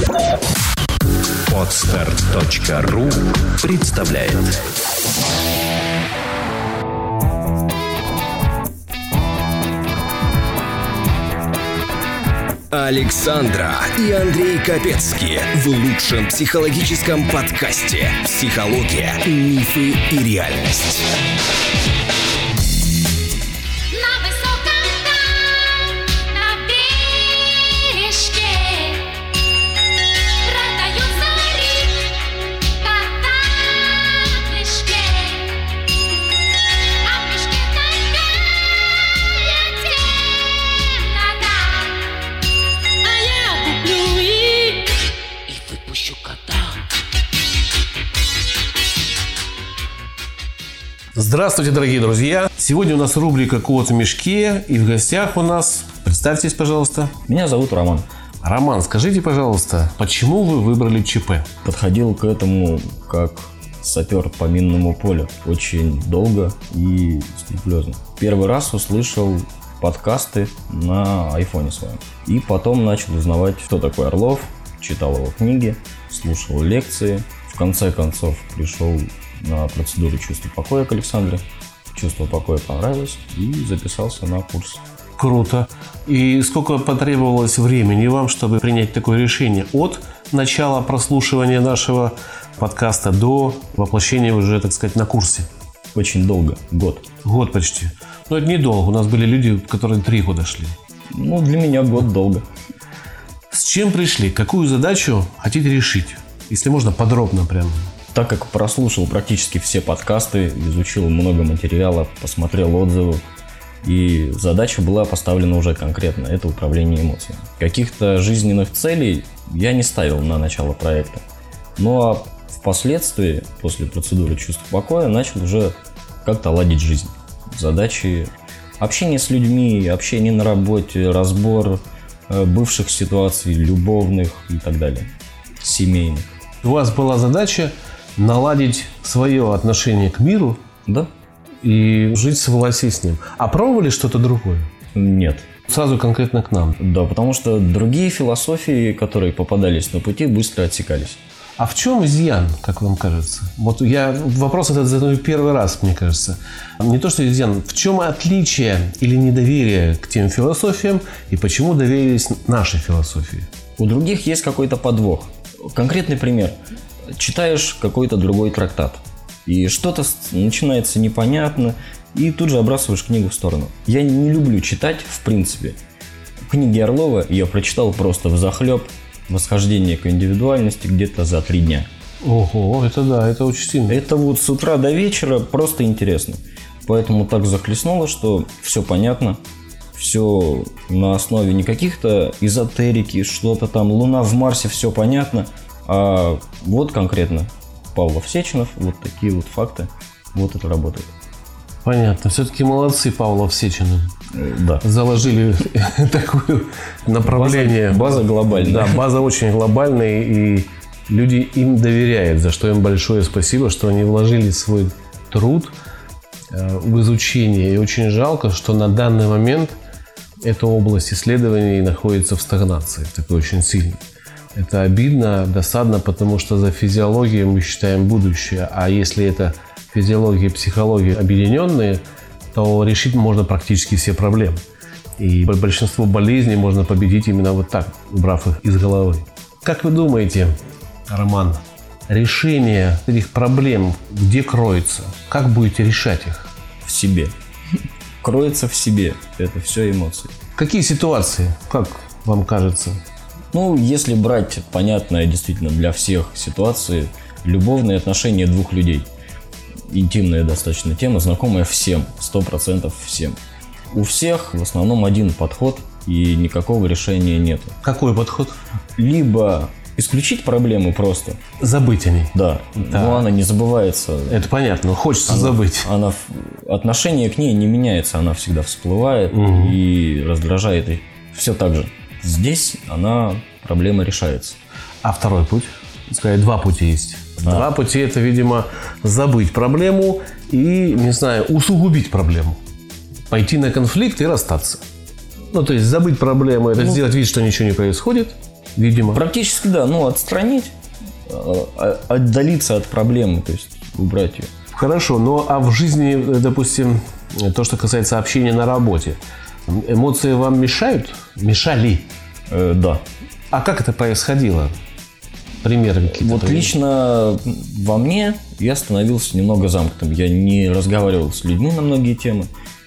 Podster.ru представляет. Александра и Андрей Капецки в лучшем психологическом подкасте «Психология, мифы и реальность». Здравствуйте, дорогие друзья! Сегодня у нас рубрика «Кот в мешке», и в гостях у нас... Представьтесь, пожалуйста. Меня зовут Роман. Роман, скажите, пожалуйста, почему вы выбрали ЧП? Подходил к этому как сапер по минному полю. Очень долго и скрупулезно. Первый раз услышал подкасты на айфоне своем. И потом начал узнавать, кто такой Орлов, читал его книги, слушал лекции. В конце концов пришел на процедуру чувства покоя к Александре. Чувство покоя понравилось и записался на курс. Круто. И сколько потребовалось времени вам, чтобы принять такое решение? От начала прослушивания нашего подкаста до воплощения уже, так сказать, на курсе? Очень долго. Год. Год почти. Но это недолго. У нас были люди, которые 3 года шли. Для меня год долго. С чем пришли? Какую задачу хотите решить? Если можно, подробно прямо. Так как прослушал практически все подкасты, изучил много материала, посмотрел отзывы, и задача была поставлена уже конкретно – это управление эмоциями. Каких-то жизненных целей я не ставил на начало проекта. Ну а впоследствии, после процедуры чувства покоя, начал уже как-то ладить жизнь. Задачи общения с людьми, общение на работе, разбор бывших ситуаций, любовных и так далее, семейных. У вас была задача наладить свое отношение к миру, да, и жить в согласии с ним. А пробовали что-то другое? Нет. Сразу конкретно к нам? Да, потому что другие философии, которые попадались на пути, быстро отсекались. А в чем изъян, как вам кажется? Вот я вопрос этот задаю первый раз, мне кажется. Не то, что изъян. В чем отличие или недоверие к тем философиям и почему доверились нашей философии? У других есть какой-то подвох. Конкретный пример. Читаешь какой-то другой трактат, и что-то начинается непонятно, и тут же отбрасываешь книгу в сторону. Я не люблю читать, в принципе. Книги Орлова я прочитал просто взахлеб, восхождение к индивидуальности где-то за 3 дня. Ого, это да, это очень сильно. Это вот с утра до вечера просто интересно. Поэтому так захлестнуло, что все понятно. Все на основе не каких-то эзотерики, что-то там, Луна в Марсе, все понятно. А вот конкретно Павлов Сеченов, вот такие вот факты, вот это работает. Понятно. Все-таки молодцы, Павлов Сеченов. Да. Заложили такое направление. База глобальная. Да, база очень глобальная, и люди им доверяют, за что им большое спасибо, что они вложили свой труд в изучение. И очень жалко, что на данный момент эта область исследований находится в стагнации, такой очень сильной. Это обидно, досадно, потому что за физиологией мы считаем будущее. А если это физиология и психология объединенные, то решить можно практически все проблемы. И большинство болезней можно победить именно вот так, убрав их из головы. Как вы думаете, Роман, решение этих проблем где кроется? Как будете решать их? В себе. Кроется в себе. Это все эмоции. Какие ситуации, как вам кажется? Если брать, понятно, действительно для всех ситуации, любовные отношения 2 людей. Интимная достаточно тема, знакомая всем, 100% всем. У всех в основном один подход, и никакого решения нет. Какой подход? Либо исключить проблему просто. Забыть о ней. Да. Но она не забывается. Это понятно, хочется забыть. Отношение к ней не меняется, она всегда всплывает и раздражает. И все так же. Здесь проблема решается. А второй путь? Сказать, 2 пути есть. 2 пути – это, видимо, забыть проблему и, не знаю, усугубить проблему. Пойти на конфликт и расстаться. То есть забыть проблему – это сделать вид, что ничего не происходит. видимо. Практически, да. Ну, отстранить, отдалиться от проблемы, то есть убрать ее. Хорошо, ну а в жизни, допустим, то, что касается общения на работе, эмоции вам мешают? Мешали? Да. А как это происходило? Примеры какие-то? Вот лично во мне я становился немного замкнутым. Я не разговаривал с людьми на многие темы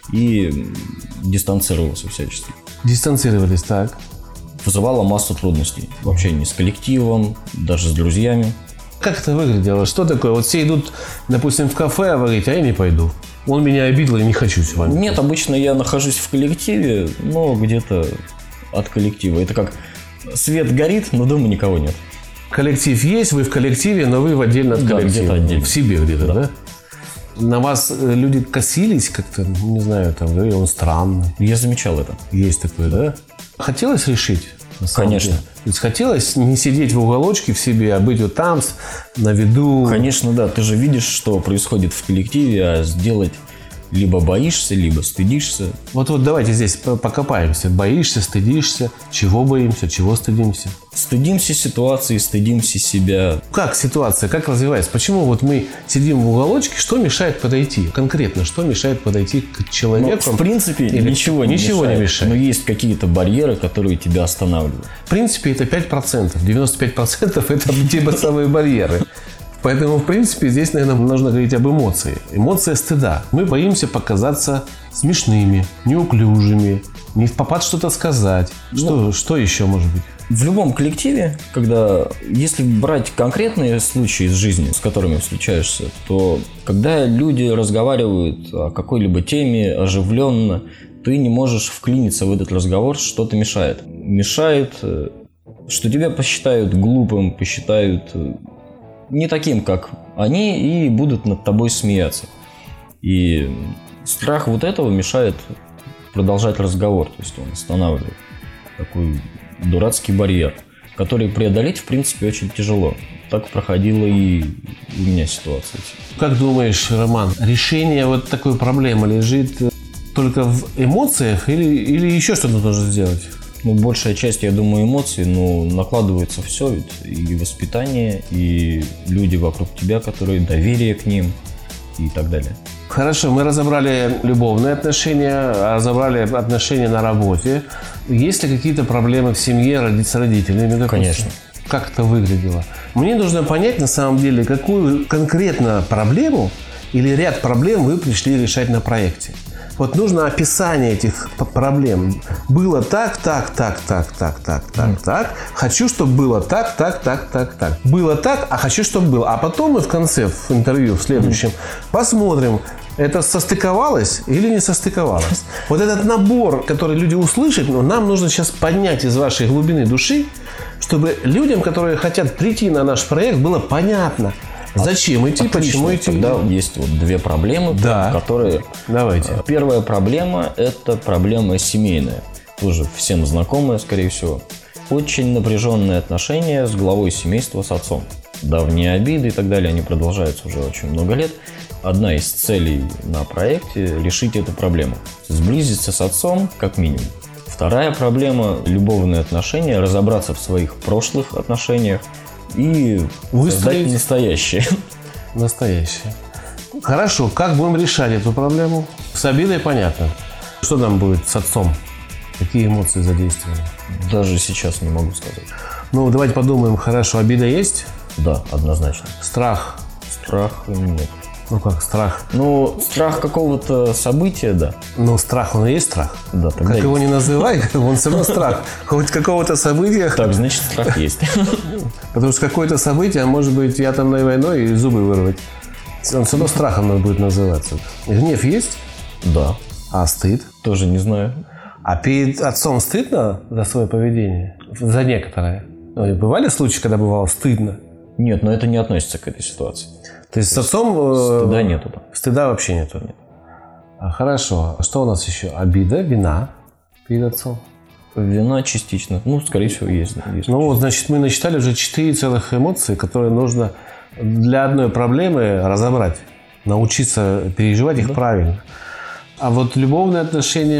и дистанцировался всячески. Дистанцировались, так. Вызывало массу трудностей в общении с коллективом, даже с друзьями. Как это выглядело? Что такое? Вот все идут, допустим, в кафе, а вы говорите, а я не пойду. Он меня обидел, и не хочу с вами. Нет, обычно я нахожусь в коллективе, но где-то от коллектива. Это как свет горит, но дома никого нет. Коллектив есть, вы в коллективе, но вы в отдельно от коллектива. Где-то отдельно. В себе где-то, да? На вас люди косились как-то, не знаю, там, да, он странный. Я замечал это. Есть такое, да? Хотелось решить? Конечно. То есть хотелось не сидеть в уголочке в себе, а быть вот там, на виду. Конечно, да. Ты же видишь, что происходит в коллективе, а сделать либо боишься, либо стыдишься. Вот давайте здесь покопаемся. Боишься, стыдишься. Чего боимся, чего стыдимся? Стыдимся ситуации, стыдимся себя. Как ситуация, как развивается? Почему вот мы сидим в уголочке? Что мешает подойти? Конкретно, что мешает подойти к человеку? В принципе, ничего не мешает. Но есть какие-то барьеры, которые тебя останавливают. В принципе, это 5%. 95% это те самые барьеры. Поэтому, в принципе, здесь, наверное, нужно говорить об эмоции. Эмоция стыда. Мы боимся показаться смешными, неуклюжими, не впопад что-то сказать. Что еще может быть? В любом коллективе, если брать конкретные случаи из жизни, с которыми встречаешься, то когда люди разговаривают о какой-либо теме оживленно, ты не можешь вклиниться в этот разговор, что-то мешает. Мешает, что тебя посчитают глупым, посчитают не таким, как они, и будут над тобой смеяться. И страх вот этого мешает продолжать разговор, то есть он останавливает такой дурацкий барьер, который преодолеть, в принципе, очень тяжело. Так проходила и у меня ситуация. Как думаешь, Роман, решение вот такой проблемы лежит только в эмоциях или еще что-то нужно сделать? Большая часть, я думаю, эмоций, накладывается все, ведь и воспитание, и люди вокруг тебя, которые доверие к ним и так далее. Хорошо, мы разобрали любовные отношения, разобрали отношения на работе. Есть ли какие-то проблемы в семье с родителями? Допустим? Конечно. Как это выглядело? Мне нужно понять, на самом деле, какую конкретно проблему или ряд проблем вы пришли решать на проекте. Вот нужно описание этих проблем. Было так. Хочу, чтобы было так. Было так, а хочу, чтобы было. А потом мы в конце, в интервью, в следующем, посмотрим, это состыковалось или не состыковалось. Вот этот набор, который люди услышат, нам нужно сейчас поднять из вашей глубины души, чтобы людям, которые хотят прийти на наш проект, было понятно, зачем идти, почему идти. Тогда есть две проблемы, которые... Давайте. Первая проблема – это проблема семейная. Тоже всем знакомая, скорее всего. Очень напряженные отношения с главой семейства, с отцом. Давние обиды и так далее, они продолжаются уже очень много лет. Одна из целей на проекте – решить эту проблему. Сблизиться с отцом как минимум. Вторая проблема – любовные отношения, разобраться в своих прошлых отношениях и создать настоящее. Настоящее. Хорошо, как будем решать эту проблему? С обидой понятно. Что там будет с отцом? Какие эмоции задействованы? Даже сейчас не могу сказать. Давайте подумаем. Хорошо, обида есть? Да, однозначно. Страх? Страх нет. Как страх? Страх какого-то события, да. Страх, он и есть страх. Да, тогда как его не называй, он все равно страх. Хоть какого-то события. Так, значит, страх есть. Потому что какое-то событие, может быть, я там на войной и зубы вырвать. Он все равно страхом будет называться. Гнев есть? Да. А стыд? Тоже не знаю. А перед отцом стыдно за свое поведение? За некоторое. Бывали случаи, когда бывало стыдно? Нет, но это не относится к этой ситуации. То есть с отцом... Стыда нету. Стыда вообще нету? Нет. Хорошо. А что у нас еще? Обида, вина перед отцом? Вина частично. Скорее всего, есть. Значит, мы насчитали уже 4 целых эмоции, которые нужно для одной проблемы разобрать. Научиться переживать их правильно. А вот любовные отношения,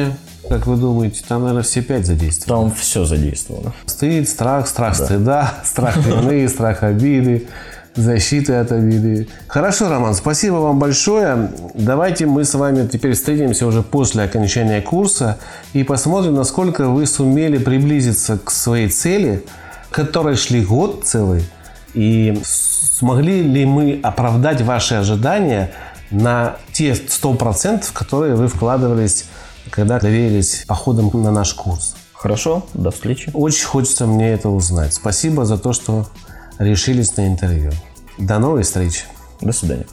Как вы думаете, там, наверное, все 5 задействованы? Там все задействовано. Стыд, страх стыда, страх вины, страх обиды, защиты от обиды. Хорошо, Роман, спасибо вам большое. Давайте мы с вами теперь встретимся уже после окончания курса и посмотрим, насколько вы сумели приблизиться к своей цели, к которой шли год целый, и смогли ли мы оправдать ваши ожидания на те 100%, которые вы вкладывались, когда доверились походам на наш курс. Хорошо, до встречи. Очень хочется мне это узнать. Спасибо за то, что решились на интервью. До новой встречи. До свидания.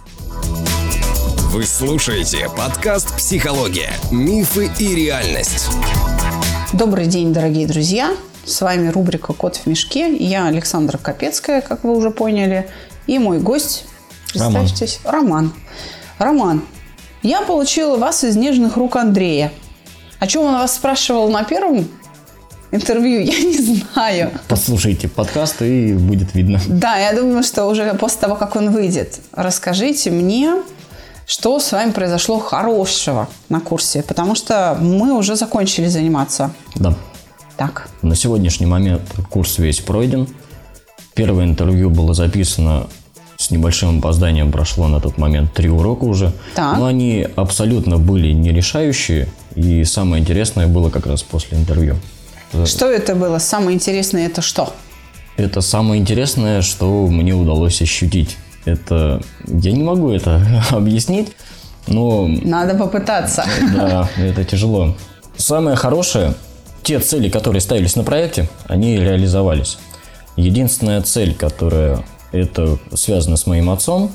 Вы слушаете подкаст «Психология. Мифы и реальность». Добрый день, дорогие друзья. С вами рубрика «Кот в мешке». Я Александра Капецкая, как вы уже поняли. И мой гость, представьтесь, Роман. Роман, я получила вас из нежных рук Андрея. О чем он вас спрашивал на первом интервью, я не знаю. Послушайте подкаст, и будет видно. Да, я думаю, что уже после того, как он выйдет, расскажите мне, что с вами произошло хорошего на курсе, потому что мы уже закончили заниматься. Да. Так. На сегодняшний момент курс весь пройден. Первое интервью было записано с небольшим опозданием, прошло на тот момент 3 урока уже. Так. Но они абсолютно были не решающие. И самое интересное было как раз после интервью. Что это было? Самое интересное это что? Это самое интересное, что мне удалось ощутить. Это... Я не могу это объяснить, но... Надо попытаться. Да, это тяжело. Самое хорошее, те цели, которые ставились на проекте, они реализовались. Единственная цель, которая это связана с моим отцом,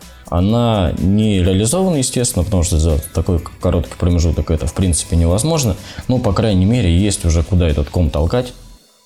она не реализована, естественно, потому что за такой короткий промежуток это в принципе невозможно. Но, по крайней мере, есть уже куда этот ком толкать,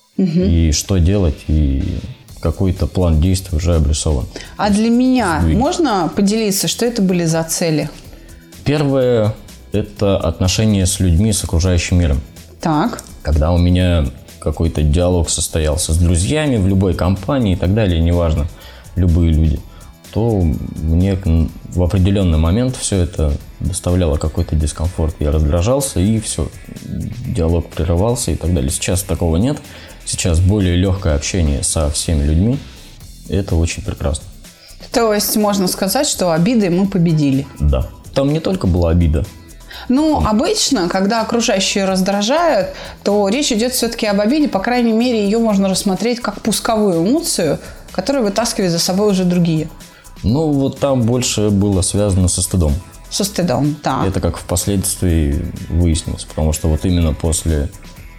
и что делать, и какой-то план действий уже обрисован. А для меня можно поделиться, что это были за цели? Первое – это отношения с людьми, с окружающим миром. Так. Когда у меня какой-то диалог состоялся с друзьями в любой компании и так далее, неважно, любые люди, то мне в определенный момент все это доставляло какой-то дискомфорт. Я раздражался, и все, диалог прерывался и так далее. Сейчас такого нет. Сейчас более легкое общение со всеми людьми. И это очень прекрасно. То есть можно сказать, что обидой мы победили? Да. Там не только была обида. Ну, обычно, когда окружающие раздражают, то речь идет все-таки об обиде. По крайней мере, ее можно рассмотреть как пусковую эмоцию, которая вытаскивает за собой уже другие. Ну, вот там больше было связано со стыдом. Со стыдом, да. Это как впоследствии выяснилось. Потому что вот именно после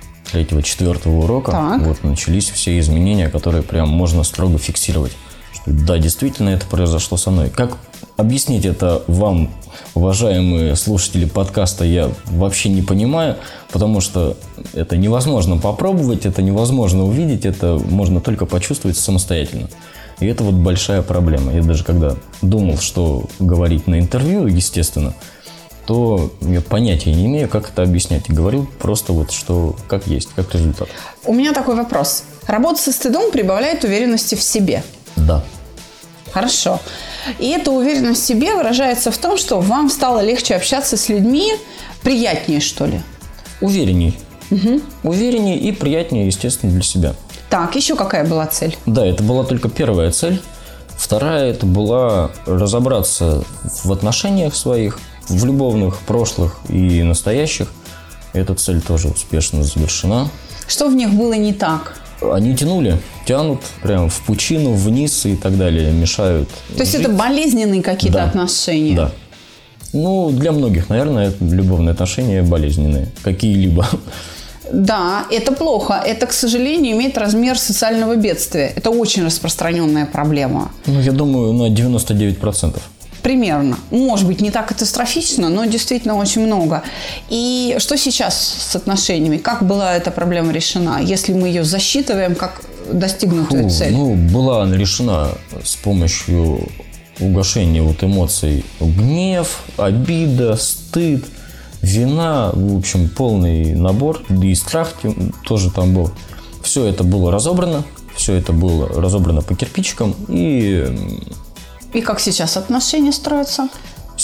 3-4 урока вот начались все изменения, которые прям можно строго фиксировать. Что, да, действительно, это произошло со мной. Как объяснить это вам, уважаемые слушатели подкаста, я вообще не понимаю, потому что это невозможно попробовать, это невозможно увидеть, это можно только почувствовать самостоятельно. И это вот большая проблема. Я даже когда думал, что говорить на интервью, естественно, то я понятия не имею, как это объяснять. И говорил просто вот, что как есть, как результат. У меня такой вопрос. Работа со стыдом прибавляет уверенности в себе? Да. Хорошо. И эта уверенность в себе выражается в том, что вам стало легче общаться с людьми, приятнее, что ли? Уверенней. Увереннее и приятнее, естественно, для себя. Так, еще какая была цель? Да, это была только первая цель. Вторая – это была разобраться в отношениях своих, в любовных, прошлых и настоящих. Эта цель тоже успешно завершена. Что в них было не так? Они тянут прямо в пучину, вниз и так далее, мешают. То есть это болезненные какие-то отношения? Да. Ну, для многих, наверное, любовные отношения болезненные, какие-либо. Да, это плохо. Это, к сожалению, имеет размер социального бедствия. Это очень распространенная проблема. Ну, я думаю, на 99%. Примерно. Может быть, не так катастрофично, но действительно очень много. И что сейчас с отношениями? Как была эта проблема решена? Если мы ее засчитываем как достигнутую цель? Ну, была она решена с помощью угошения вот эмоций. Гнев, обида, стыд, вина, в общем, полный набор. Да и страх тоже там был. Все это было разобрано. Все это было разобрано по кирпичикам. И как сейчас отношения строятся?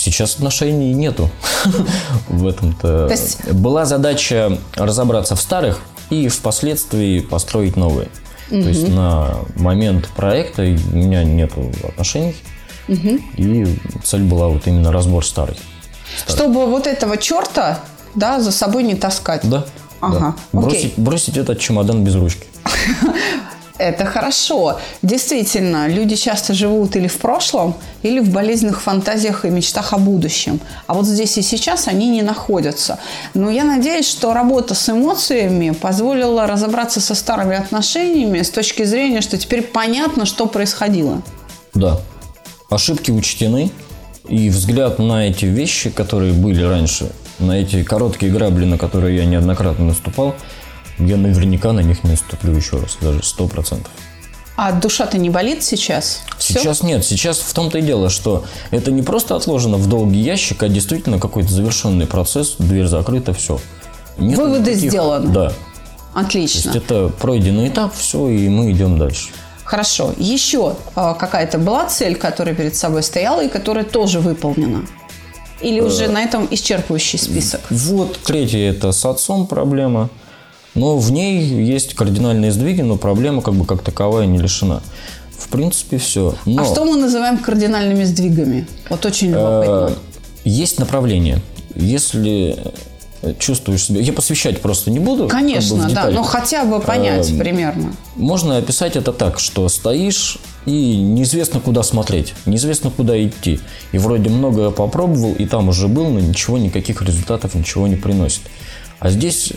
Сейчас отношений нету в этом-то. Была задача разобраться в старых и впоследствии построить новые. То есть на момент проекта у меня нету отношений. И цель была вот именно разбор старых. Чтобы вот этого черта, да, за собой не таскать. Да. Ага. Да. Бросить этот чемодан без ручки. Это хорошо. Действительно, люди часто живут или в прошлом, или в болезненных фантазиях и мечтах о будущем. А вот здесь и сейчас они не находятся. Но я надеюсь, что работа с эмоциями позволила разобраться со старыми отношениями с точки зрения, что теперь понятно, что происходило. Да. Ошибки учтены. И взгляд на эти вещи, которые были раньше, на эти короткие грабли, на которые я неоднократно наступал, я наверняка на них не наступлю еще раз, даже 100%. А душа-то не болит сейчас? Сейчас нет. Сейчас в том-то и дело, что это не просто отложено в долгий ящик, а действительно какой-то завершенный процесс, дверь закрыта, все. Нет Выводы сделаны? Да. Отлично. То есть это пройденный этап, все, и мы идем дальше. Хорошо. Еще какая-то была цель, которая перед собой стояла и которая тоже выполнена? Или уже на этом исчерпывающий список? Вот третья – это с отцом проблема. Но в ней есть кардинальные сдвиги, но проблема как таковая не решена. В принципе, все. Но, а что мы называем кардинальными сдвигами? Вот очень любопытно. Есть направление. Если чувствуешь себя... Я посвящать просто не буду. Конечно, да, но хотя бы понять примерно. Можно описать это так, что стоишь и неизвестно, куда смотреть, неизвестно, куда идти. И вроде многое попробовал, и там уже был, но никаких результатов, ничего не приносит. А здесь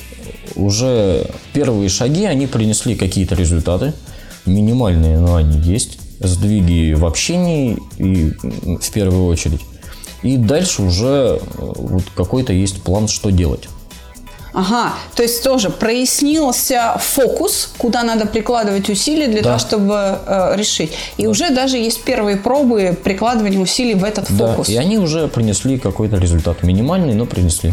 уже первые шаги, они принесли какие-то результаты, минимальные, но они есть, сдвиги в общении и в первую очередь. И дальше уже вот какой-то есть план, что делать. Ага, то есть тоже прояснился фокус, куда надо прикладывать усилия для того, чтобы решить. И уже даже есть первые пробы прикладывания усилий в этот фокус. Да, и они уже принесли какой-то результат, минимальный, но принесли.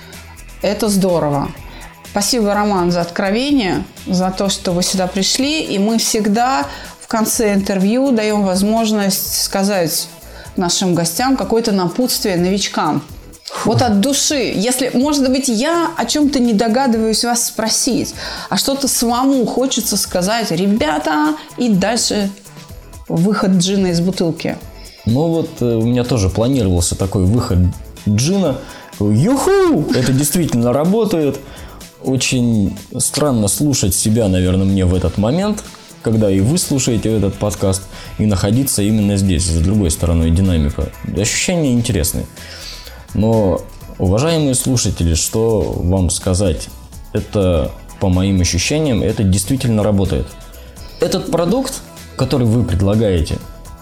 Это здорово. Спасибо, Роман, за откровение, за то, что вы сюда пришли. И мы всегда в конце интервью даем возможность сказать нашим гостям какое-то напутствие новичкам. Вот от души. Если, может быть, я о чем-то не догадываюсь вас спросить, а что-то самому хочется сказать, ребята, и дальше выход джина из бутылки. Ну вот у меня тоже планировался такой выход джина. Юху! Это действительно работает. Очень странно слушать себя, наверное, мне в этот момент, когда и вы слушаете этот подкаст, и находиться именно здесь, с другой стороной динамика. Ощущения интересные. Но, уважаемые слушатели, что вам сказать? Это, по моим ощущениям, это действительно работает. Этот продукт, который вы предлагаете,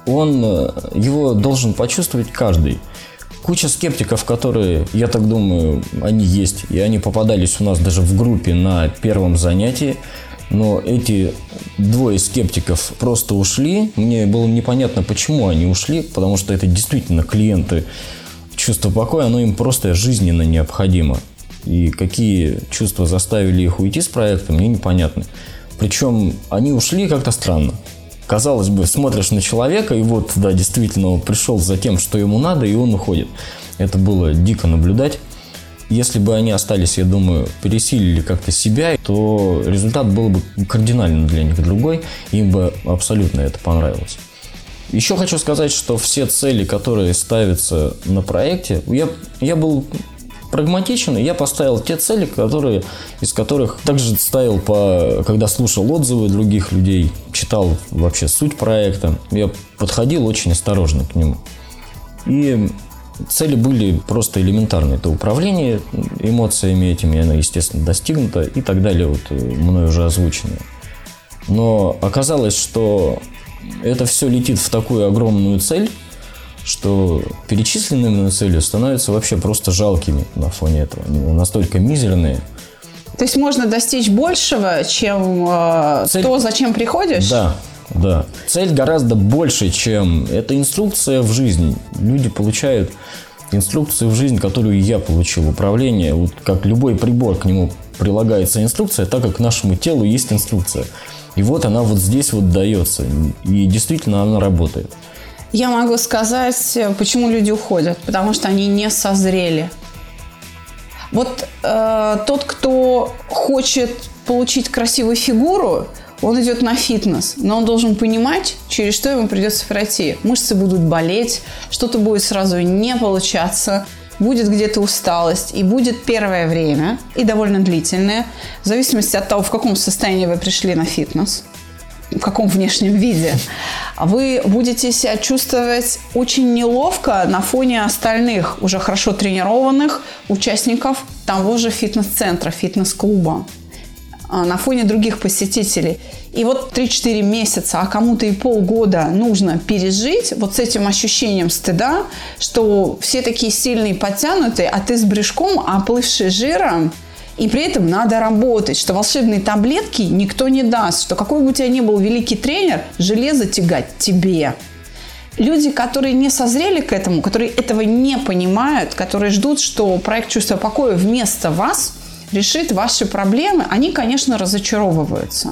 его должен почувствовать каждый. Куча скептиков, которые, я так думаю, они есть, и они попадались у нас даже в группе на первом занятии. Но эти двое скептиков просто ушли. Мне было непонятно, почему они ушли, потому что это действительно клиенты. Чувство покоя, оно им просто жизненно необходимо. И какие чувства заставили их уйти с проекта, мне непонятно. Причем они ушли как-то странно. Казалось бы, смотришь на человека, и вот, да, действительно, он пришел за тем, что ему надо, и он уходит. Это было дико наблюдать. Если бы они остались, я думаю, пересилили как-то себя, то результат был бы кардинально для них другой. Им бы абсолютно это понравилось. Еще хочу сказать, что все цели, которые ставятся на проекте, я был прагматичен, и я поставил те цели, из которых также ставил, когда слушал отзывы других людей, читал вообще суть проекта, я подходил очень осторожно к нему. И цели были просто элементарные. Это управление эмоциями этими, оно, естественно, достигнуто, и так далее, вот мной уже озвученное. Но оказалось, что это все летит в такую огромную цель, что перечисленные цели становятся вообще просто жалкими на фоне этого. Они настолько мизерные. То есть можно достичь большего, чем то, зачем приходишь? Да. Цель гораздо больше, чем... Это инструкция в жизнь. Люди получают инструкцию в жизнь, которую я получил. Управление, вот как любой прибор, к нему прилагается инструкция, так как к нашему телу есть инструкция. И вот она вот здесь вот дается. И действительно она работает. Я могу сказать, почему люди уходят. Потому что они не созрели. Вот тот, кто хочет получить красивую фигуру, он идет на фитнес, но он должен понимать, через что ему придется пройти. Мышцы будут болеть, что-то будет сразу не получаться, будет где-то усталость, и будет первое время, и довольно длительное, в зависимости от того, в каком состоянии вы пришли на фитнес, в каком внешнем виде, вы будете себя чувствовать очень неловко на фоне остальных уже хорошо тренированных участников того же фитнес-центра, фитнес-клуба, на фоне других посетителей. И вот 3-4 месяца, а кому-то и полгода нужно пережить вот с этим ощущением стыда, что все такие сильные, подтянутые, а ты с брюшком, оплывший жиром, и при этом надо работать, что волшебные таблетки никто не даст, что какой бы у тебя ни был великий тренер, железо тягать тебе. Люди, которые не созрели к этому, которые этого не понимают, которые ждут, что проект «Чувство покоя» вместо вас решит ваши проблемы, они, конечно, разочаровываются.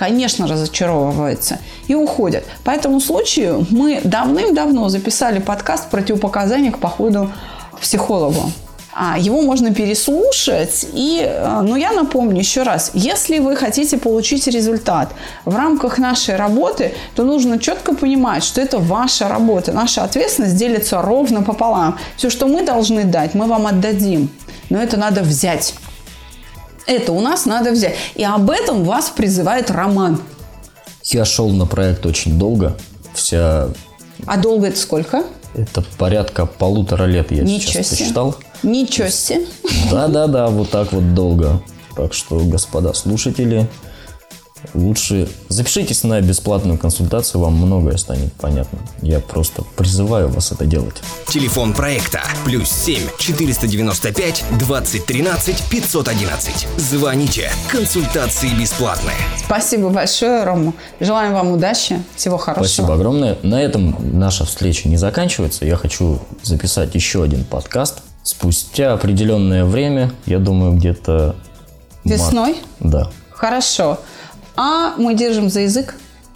И уходят. По этому случаю мы давным-давно записали подкаст «Противопоказания к походу к психологу». Его можно переслушать. Но я напомню еще раз, если вы хотите получить результат в рамках нашей работы, то нужно четко понимать, что это ваша работа. Наша ответственность делится ровно пополам. Все, что мы должны дать, мы вам отдадим. Но это надо взять. Это у нас надо взять. И об этом вас призывает Роман. Я шел на проект очень долго. А долго это сколько? Это порядка 1,5 лет, я сейчас посчитал. Ничего себе. Да, вот так вот долго. Так что, господа слушатели, лучше запишитесь на бесплатную консультацию, вам многое станет понятно. Я просто призываю вас это делать. Телефон проекта +7 495 20 13 511. Звоните. Консультации бесплатные. Спасибо большое, Рома. Желаем вам удачи. Всего хорошего. Спасибо огромное. На этом наша встреча не заканчивается. Я хочу записать еще один подкаст. Спустя определенное время, я думаю, где-то весной? Да. Хорошо. А мы держим за язык?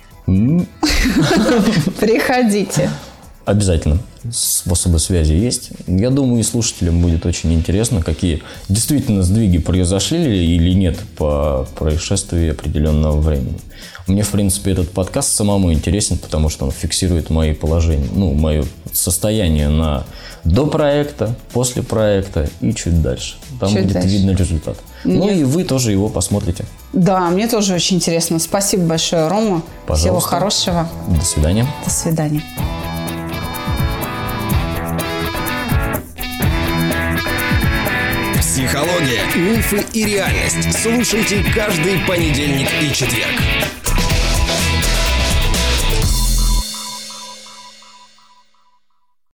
Приходите. Обязательно. Способы связи есть. Я думаю, и слушателям будет очень интересно, какие действительно сдвиги произошли или нет по происшествии определенного времени. Мне, в принципе, этот подкаст самому интересен, потому что он фиксирует мои положения, мое состояние до проекта, после проекта и чуть дальше. Там будет видно результат. И вы тоже его посмотрите. Да, мне тоже очень интересно. Спасибо большое, Рома. Пожалуйста. Всего хорошего. До свидания. До свидания. Психология, мифы и реальность. Слушайте каждый понедельник и четверг.